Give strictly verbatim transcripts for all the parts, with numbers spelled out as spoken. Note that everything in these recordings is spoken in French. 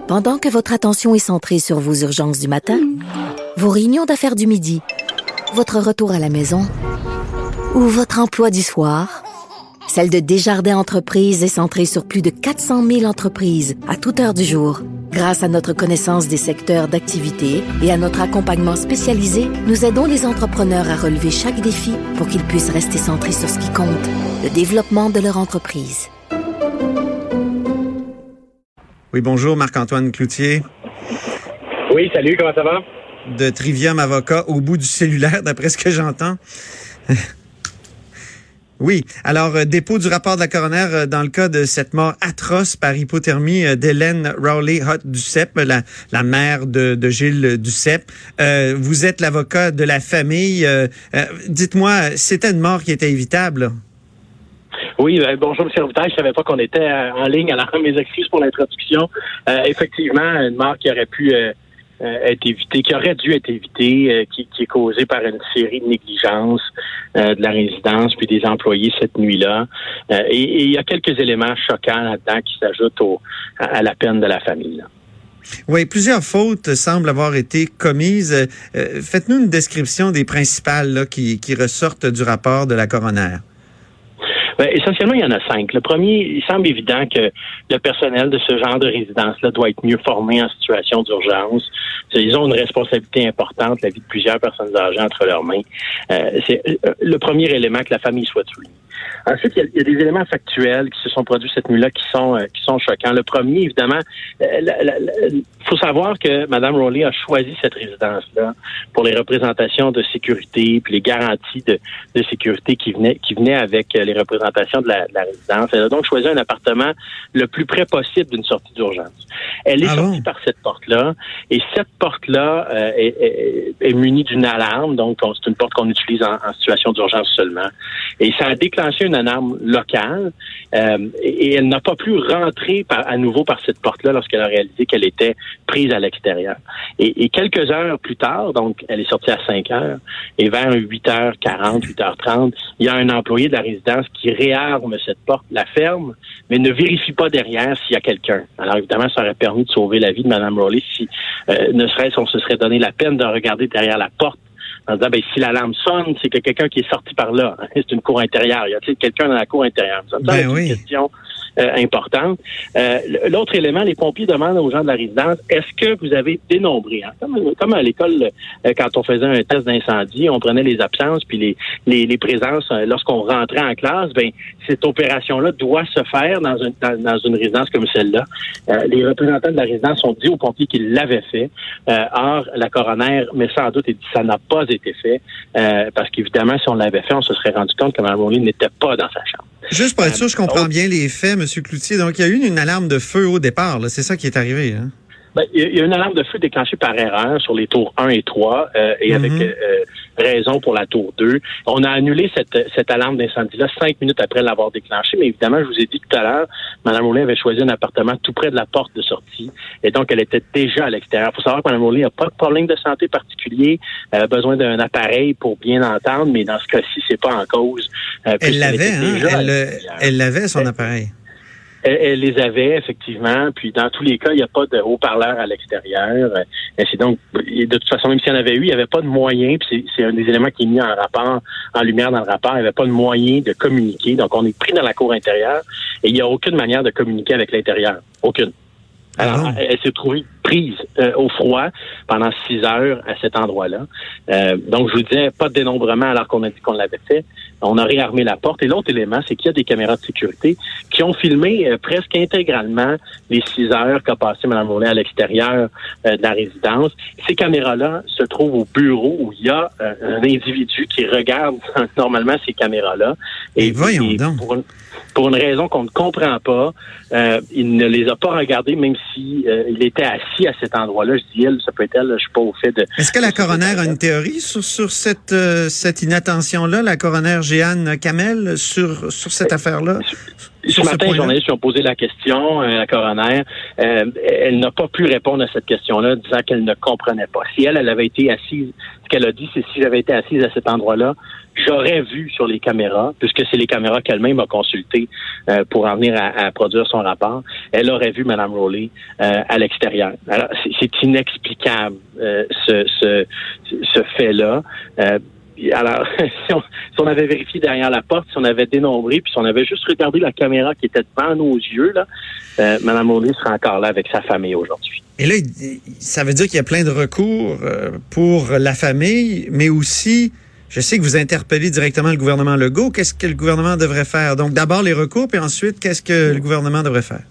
Pendant que votre attention est centrée sur vos urgences du matin, vos réunions d'affaires du midi, votre retour à la maison ou votre emploi du soir, celle de Desjardins Entreprises est centrée sur plus de quatre cent mille entreprises à toute heure du jour. Grâce à notre connaissance des secteurs d'activité et à notre accompagnement spécialisé, nous aidons les entrepreneurs à relever chaque défi pour qu'ils puissent rester centrés sur ce qui compte, le développement de leur entreprise. Oui, bonjour, Marc-Antoine Cloutier. Oui, salut, comment ça va? De Trivium Avocat au bout du cellulaire, d'après ce que j'entends. Oui. Alors, euh, dépôt du rapport de la coroner euh, dans le cas de cette mort atroce par hypothermie euh, d'Hélène Rowley-Hutt-Duceppe, la, la mère de, de Gilles Duceppe. Euh, vous êtes l'avocat de la famille. Euh, euh, dites-moi, c'était une mort qui était évitable? Oui, euh, bonjour, M. Robitaille. Je savais pas qu'on était euh, en ligne. Alors, mes excuses pour l'introduction. Euh, effectivement, une mort qui aurait pu euh, euh, être évitée, qui aurait dû être évitée, euh, qui, qui est causée par une série de négligences euh, de la résidence puis des employés cette nuit-là. Euh, et il y a quelques éléments choquants là-dedans qui s'ajoutent au, à, à la peine de la famille, là. Oui, plusieurs fautes semblent avoir été commises. Euh, faites-nous une description des principales là, qui, qui ressortent du rapport de la coroner. Ben, essentiellement, il y en a cinq. Le premier, il semble évident que le personnel de ce genre de résidence-là doit être mieux formé en situation d'urgence. Ils ont une responsabilité importante, la vie de plusieurs personnes âgées entre leurs mains. Euh, c'est le premier élément que la famille soit soulignée. Ensuite, il y, a, il y a des éléments factuels qui se sont produits cette nuit-là qui sont euh, qui sont choquants. Le premier, évidemment, il faut savoir que Mme Rowley a choisi cette résidence-là pour les représentations de sécurité puis les garanties de, de sécurité qui venaient qui venaient avec les représentations de la, de la résidence. Elle a donc choisi un appartement le plus près possible d'une sortie d'urgence. Elle est ah sortie bon? par cette porte-là, et cette porte-là euh, est, est, est munie d'une alarme, donc on, c'est une porte qu'on utilise en, en situation d'urgence seulement. Et ça a déclenché une alarme locale, euh, et, et elle n'a pas pu rentrer par, à nouveau par cette porte-là lorsqu'elle a réalisé qu'elle était prise à l'extérieur. Et, et quelques heures plus tard, donc elle est sortie à cinq heures, et vers huit heures quarante, huit heures trente, il y a un employé de la résidence qui réarme cette porte, la ferme, mais ne vérifie pas derrière s'il y a quelqu'un. Alors évidemment, ça aurait permis de sauver la vie de Mme Rowley si euh, ne serait-ce qu'on se serait donné la peine de regarder derrière la porte en disant, ben, si l'alarme sonne, c'est que quelqu'un qui est sorti par là. C'est une cour intérieure. Il y a quelqu'un dans la cour intérieure. Ça me semble ben oui. une question euh, importante. Euh, l'autre élément, les pompiers demandent aux gens de la résidence, est-ce que vous avez dénombré? Hein? Comme, comme à l'école, euh, quand on faisait un test d'incendie, on prenait les absences puis les, les, les présences euh, lorsqu'on rentrait en classe. Ben, cette opération-là doit se faire dans, un, dans, dans une résidence comme celle-là. Euh, les représentants de la résidence ont dit aux pompiers qu'ils l'avaient fait. Euh, or, la coroner, mais sans doute, ça n'a pas été fait, euh, parce qu'évidemment, si on l'avait fait, on se serait rendu compte que Mme Rowley n'était pas dans sa chambre. Juste pour être sûr, je comprends bien les faits, M. Cloutier. Donc, il y a eu une alarme de feu au départ, là. C'est ça qui est arrivé, hein? Ben, il y a une alarme de feu déclenchée par erreur sur les tours un et trois, euh, et mm-hmm. avec euh, raison pour la tour deux. On a annulé cette, cette alarme d'incendie-là cinq minutes après l'avoir déclenchée, mais évidemment, je vous ai dit tout à l'heure, Mme Rowley avait choisi un appartement tout près de la porte de sortie, et donc elle était déjà à l'extérieur. Il faut savoir que Mme Rowley n'a pas de problème de santé particulier, elle a besoin d'un appareil pour bien entendre, mais dans ce cas-ci, c'est pas en cause. Euh, elle l'avait, hein? Elle, elle l'avait, son elle, appareil. Elle, elle les avait, effectivement. Puis, dans tous les cas, il n'y a pas de haut-parleur à l'extérieur. Et c'est donc, de toute façon, même s'il y en avait eu, il n'y avait pas de moyen. Puis, c'est, c'est un des éléments qui est mis en rapport, en lumière dans le rapport. Il n'y avait pas de moyen de communiquer. Donc, on est pris dans la cour intérieure et il n'y a aucune manière de communiquer avec l'intérieur. Aucune. Alors, ah. elle, elle s'est trouvée prise euh, au froid pendant six heures à cet endroit-là. Euh, donc, je vous disais, pas de dénombrement alors qu'on a dit qu'on l'avait fait. On a réarmé la porte. Et l'autre élément, c'est qu'il y a des caméras de sécurité qui ont filmé euh, presque intégralement les six heures qu'a passé Mme Rowley à l'extérieur euh, de la résidence. Ces caméras-là se trouvent au bureau où il y a euh, un individu qui regarde normalement ces caméras-là. Et, et voyons et donc. Pour une, pour une raison qu'on ne comprend pas, euh, il ne les a pas regardés, même si euh, il était assis à cet endroit-là. Je dis elle, ça peut être elle, je suis pas au fait de... Est-ce que la coroner a une théorie sur, sur cette, euh, cette inattention-là, la coroner Jeanne Kamel, sur, sur cette affaire-là? Ce matin, les journalistes lui ont posé la question, euh, la coroner. Euh, elle n'a pas pu répondre à cette question-là, disant qu'elle ne comprenait pas. Si elle, elle avait été assise, ce qu'elle a dit, c'est si j'avais été assise à cet endroit-là, j'aurais vu sur les caméras, puisque c'est les caméras qu'elle-même a consultées euh, pour en venir à, à produire son rapport, elle aurait vu Mme Rowley euh, à l'extérieur. Alors, c'est, c'est inexplicable, euh, ce, ce, ce fait-là. Euh, Alors, si on, si on avait vérifié derrière la porte, si on avait dénombré, puis si on avait juste regardé la caméra qui était devant nos yeux, là, euh, Mme Rowley serait encore là avec sa famille aujourd'hui. Et là, ça veut dire qu'il y a plein de recours euh, pour la famille, mais aussi, je sais que vous interpellez directement le gouvernement Legault. Qu'est-ce que le gouvernement devrait faire? Donc, d'abord les recours, puis ensuite, qu'est-ce que le gouvernement devrait faire?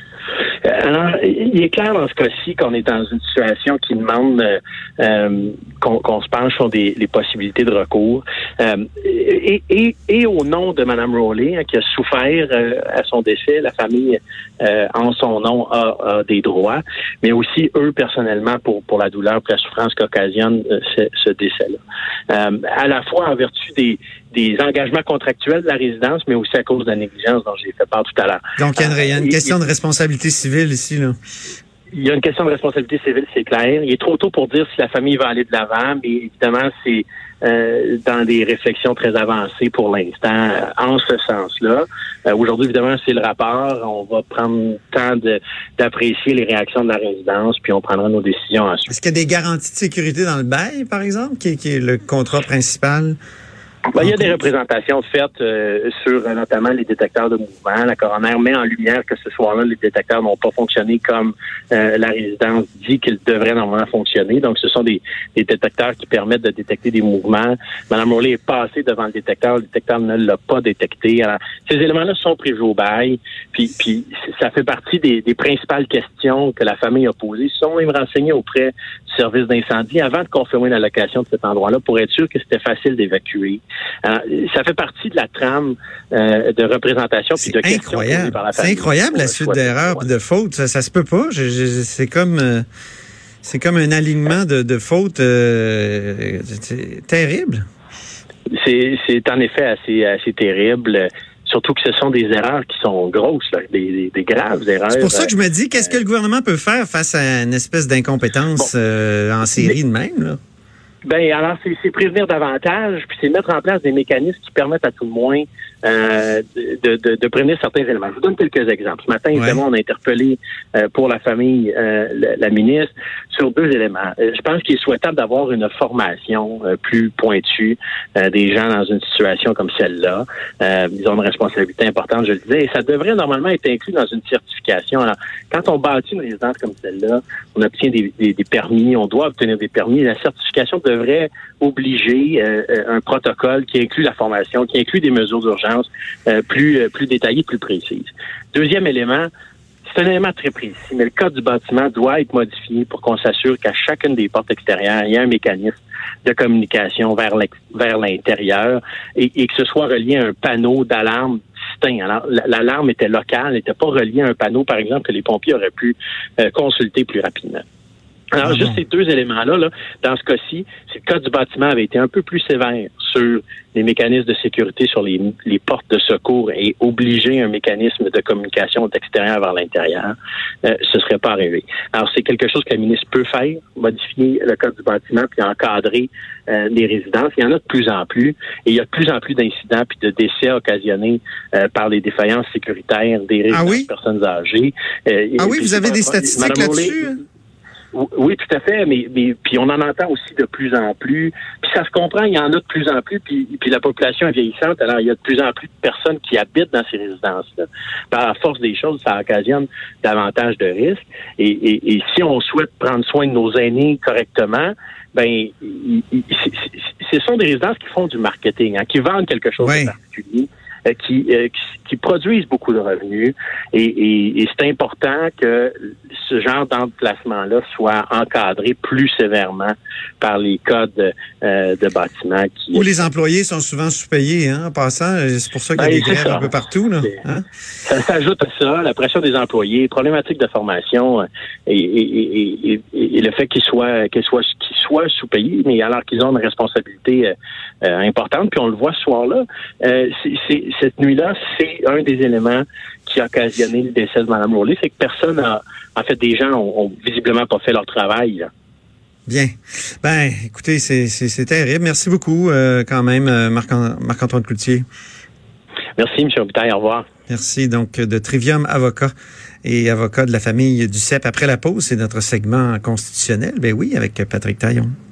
Alors, il est clair dans ce cas-ci qu'on est dans une situation qui demande euh, euh, qu'on, qu'on se penche sur des, les possibilités de recours. Euh, et, et, et au nom de Mme Rowley, hein, qui a souffert euh, à son décès, la famille euh, en son nom a, a des droits, mais aussi eux personnellement pour, pour la douleur, pour la souffrance qu'occasionne euh, ce, ce décès-là. Euh, à la fois en vertu des des engagements contractuels de la résidence, mais aussi à cause de la négligence dont j'ai fait part tout à l'heure. Donc, il y a une, il y a une question de responsabilité civile ici, là. Il y a une question de responsabilité civile, c'est clair. Il est trop tôt pour dire si la famille va aller de l'avant, mais évidemment, c'est euh, dans des réflexions très avancées pour l'instant euh, en ce sens-là. Euh, aujourd'hui, évidemment, c'est le rapport. On va prendre le temps de, d'apprécier les réactions de la résidence, puis on prendra nos décisions ensuite. Est-ce qu'il y a des garanties de sécurité dans le bail, par exemple, qui, qui est le contrat principal? Ben, il y a des représentations faites euh, sur euh, notamment les détecteurs de mouvement. La coroner met en lumière que ce soir-là, les détecteurs n'ont pas fonctionné comme euh, la résidence dit qu'ils devraient normalement fonctionner. Donc, ce sont des, des détecteurs qui permettent de détecter des mouvements. Mme Rowley est passée devant le détecteur. Le détecteur ne l'a pas détecté. Alors, ces éléments-là sont privés au bail. Puis, puis ça fait partie des, des principales questions que la famille a posées. Ils sont même renseignés auprès du service d'incendie avant de confirmer la location de cet endroit-là pour être sûr que c'était facile d'évacuer. Alors, ça fait partie de la trame euh, de représentation puis de questions posées par la famille. C'est incroyable la suite d'erreurs et de fautes. Ça, ça se peut pas. Je, je, c'est comme euh, c'est comme un alignement de, de fautes euh, c'est terrible. C'est, c'est en effet assez, assez terrible. Surtout que ce sont des erreurs qui sont grosses, là, des, des, des graves erreurs. C'est pour ça que je me dis, qu'est-ce que le gouvernement peut faire face à une espèce d'incompétence bon, euh, en série de même, là? Ben alors c'est, c'est prévenir davantage, puis c'est mettre en place des mécanismes qui permettent à tout le moins euh, de, de, de prévenir certains éléments. Je vous donne quelques exemples. Ce matin, ouais. évidemment, on a interpellé euh, pour la famille euh, la, la ministre sur deux éléments. Euh, je pense qu'il est souhaitable d'avoir une formation euh, plus pointue euh, des gens dans une situation comme celle-là. Euh, ils ont une responsabilité importante, je le disais, et ça devrait normalement être inclus dans une certification. Alors, quand on bâtit une résidence comme celle-là, on obtient des, des, des permis, on doit obtenir des permis. La certification devrait obliger euh, un protocole qui inclut la formation, qui inclut des mesures d'urgence euh, plus euh, plus détaillées, plus précises. Deuxième élément, c'est un élément très précis, mais le code du bâtiment doit être modifié pour qu'on s'assure qu'à chacune des portes extérieures, il y a un mécanisme de communication vers, vers l'intérieur et, et que ce soit relié à un panneau d'alarme distinct. Alors, l'alarme était locale, n'était pas reliée à un panneau, par exemple, que les pompiers auraient pu euh, consulter plus rapidement. Alors, ah juste bon. Ces deux éléments-là, là, dans ce cas-ci, si le code du bâtiment avait été un peu plus sévère sur les mécanismes de sécurité sur les, les portes de secours et obliger un mécanisme de communication d'extérieur vers l'intérieur, euh, ce serait pas arrivé. Alors, c'est quelque chose que la ministre peut faire, modifier le code du bâtiment puis encadrer euh, les résidences. Il y en a de plus en plus et il y a de plus en plus d'incidents puis de décès occasionnés euh, par les défaillances sécuritaires des résidences ah oui? de personnes âgées. Euh, ah oui, vous avez des statistiques là-dessus? Rowley, Oui, tout à fait, mais, mais puis on en entend aussi de plus en plus. Puis ça se comprend, il y en a de plus en plus, puis, puis la population est vieillissante, alors il y a de plus en plus de personnes qui habitent dans ces résidences-là. Par la force des choses, ça occasionne davantage de risques. Et, et, et si on souhaite prendre soin de nos aînés correctement, ben, il, il, ce sont des résidences qui font du marketing, hein, qui vendent quelque chose oui. de particulier. Euh, qui, euh, qui, qui produisent beaucoup de revenus et, et, et c'est important que ce genre d'emplacement-là soit encadré plus sévèrement par les codes euh, de bâtiment. Qui, Où les employés sont souvent sous-payés, hein, en passant. C'est pour ça qu'il y a ben, des grèves ça. un peu partout. Là, hein? Ça s'ajoute à ça, la pression des employés, problématiques de formation et, et, et, et, et le fait qu'ils soient, qu'ils soient, qu'ils soient sous-payés, mais alors qu'ils ont une responsabilité euh, importante. Puis on le voit ce soir-là. Euh, c'est, c'est cette nuit-là, c'est un des éléments qui a occasionné le décès de Mme Rowley, c'est que personne a, en fait, des gens ont, ont visiblement pas fait leur travail, là. Bien. Ben, écoutez, c'est, c'est, c'est terrible. Merci beaucoup, euh, quand même, Marc, Marc-Antoine Cloutier. Merci, M. Robitaille. Au revoir. Merci. Donc, de Trivium Avocat et avocat de la famille Duceppe. Après la pause, c'est notre segment constitutionnel. Ben oui, avec Patrick Taillon.